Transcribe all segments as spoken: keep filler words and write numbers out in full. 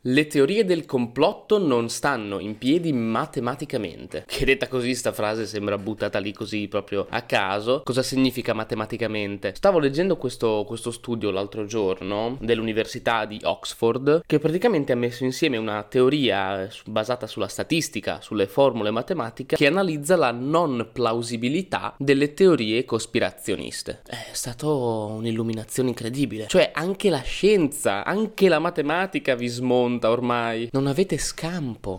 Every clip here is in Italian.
Le teorie del complotto non stanno in piedi matematicamente. Che detta così sta frase sembra buttata lì così proprio a caso. Cosa significa matematicamente? Stavo leggendo questo, questo studio l'altro giorno dell'Università di Oxford, che praticamente ha messo insieme una teoria basata sulla statistica, sulle formule matematiche, che analizza la non plausibilità delle teorie cospirazioniste. È stato un'illuminazione incredibile. Cioè anche la scienza, anche la matematica vi smonta ormai. Non avete scampo.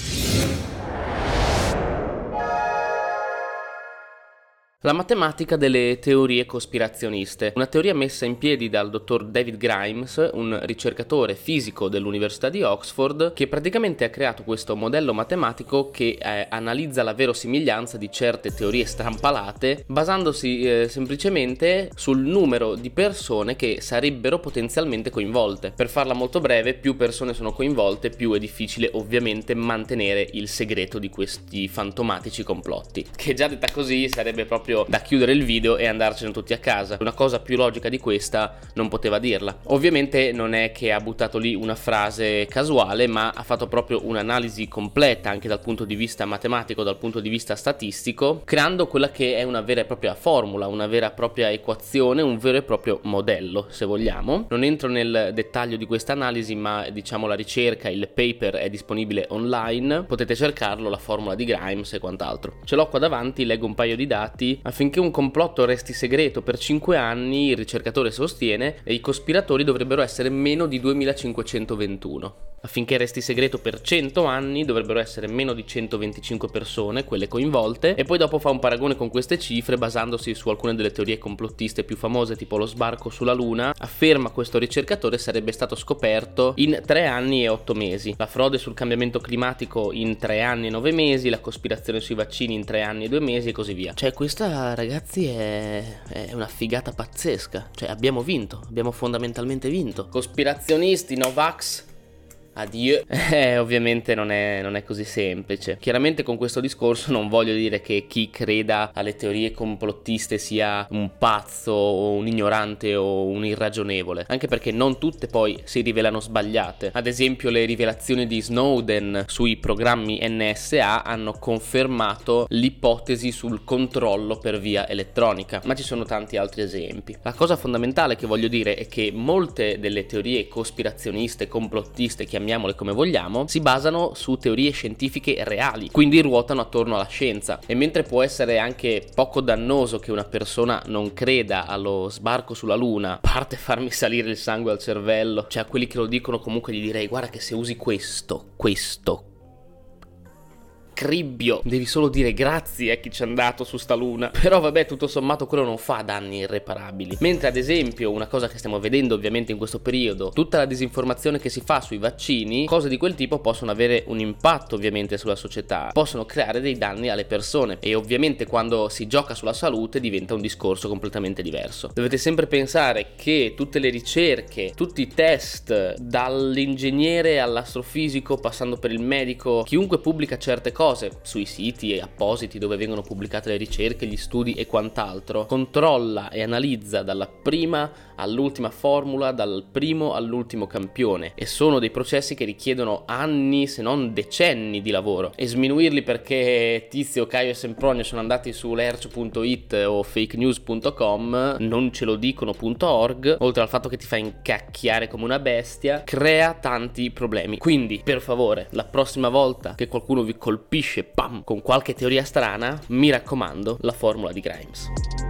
La matematica delle teorie cospirazioniste, una teoria messa in piedi dal dottor David Grimes, un ricercatore fisico dell'Università di Oxford, che praticamente ha creato questo modello matematico che eh, analizza la verosimiglianza di certe teorie strampalate, basandosi eh, semplicemente sul numero di persone che sarebbero potenzialmente coinvolte. Per farla molto breve, più persone sono coinvolte, più è difficile ovviamente mantenere il segreto di questi fantomatici complotti, che già detta così sarebbe proprio da chiudere il video e andarcene tutti a casa. Una cosa più logica di questa non poteva dirla. Ovviamente non è che ha buttato lì una frase casuale, ma ha fatto proprio un'analisi completa anche dal punto di vista matematico, dal punto di vista statistico, creando quella che è una vera e propria formula, una vera e propria equazione, un vero e proprio modello, se vogliamo. Non entro nel dettaglio di questa analisi, ma diciamo la ricerca, il paper è disponibile online, potete cercarlo, la formula di Grimes e quant'altro. Ce l'ho qua davanti, leggo un paio di dati. Affinché un complotto resti segreto per cinque anni, il ricercatore sostiene, e i cospiratori dovrebbero essere meno di duemilacinquecentoventuno. Affinché resti segreto per cento anni dovrebbero essere meno di centoventicinque persone, quelle coinvolte, e poi dopo fa un paragone con queste cifre basandosi su alcune delle teorie complottiste più famose, tipo lo sbarco sulla Luna. Afferma questo ricercatore sarebbe stato scoperto in tre anni e otto mesi, la frode sul cambiamento climatico in tre anni e nove mesi, la cospirazione sui vaccini in tre anni e due mesi e così via. Cioè questa, ragazzi, è, è una figata pazzesca. Cioè abbiamo vinto, abbiamo fondamentalmente vinto. Cospirazionisti, Novax, addio. Eh, ovviamente non è, non è così semplice. Chiaramente con questo discorso non voglio dire che chi creda alle teorie complottiste sia un pazzo o un ignorante o un irragionevole, anche perché non tutte poi si rivelano sbagliate. Ad esempio le rivelazioni di Snowden sui programmi N S A hanno confermato l'ipotesi sul controllo per via elettronica, ma ci sono tanti altri esempi. La cosa fondamentale che voglio dire è che molte delle teorie cospirazioniste, complottiste, chiamiamole come vogliamo, si basano su teorie scientifiche reali, quindi ruotano attorno alla scienza. E mentre può essere anche poco dannoso che una persona non creda allo sbarco sulla Luna, a parte farmi salire il sangue al cervello, cioè a quelli che lo dicono comunque gli direi: guarda che se usi questo, questo cribbio, devi solo dire grazie a chi ci è andato su sta luna. Però vabbè, tutto sommato quello non fa danni irreparabili. Mentre ad esempio una cosa che stiamo vedendo ovviamente in questo periodo, tutta la disinformazione che si fa sui vaccini, cose di quel tipo possono avere un impatto ovviamente sulla società, possono creare dei danni alle persone, e ovviamente quando si gioca sulla salute diventa un discorso completamente diverso. Dovete sempre pensare che tutte le ricerche, tutti i test, dall'ingegnere all'astrofisico passando per il medico, chiunque pubblica certe cose sui siti appositi dove vengono pubblicate le ricerche, gli studi e quant'altro, controlla e analizza dalla prima all'ultima formula, dal primo all'ultimo campione, e sono dei processi che richiedono anni se non decenni di lavoro. E sminuirli perché Tizio, Caio e Sempronio sono andati su lercio punto it o fake news punto com, non ce lo dicono punto org, oltre al fatto che ti fa incacchiare come una bestia, crea tanti problemi. Quindi per favore, la prossima volta che qualcuno vi colpisce pam con qualche teoria strana, mi raccomando, la formula di Grimes.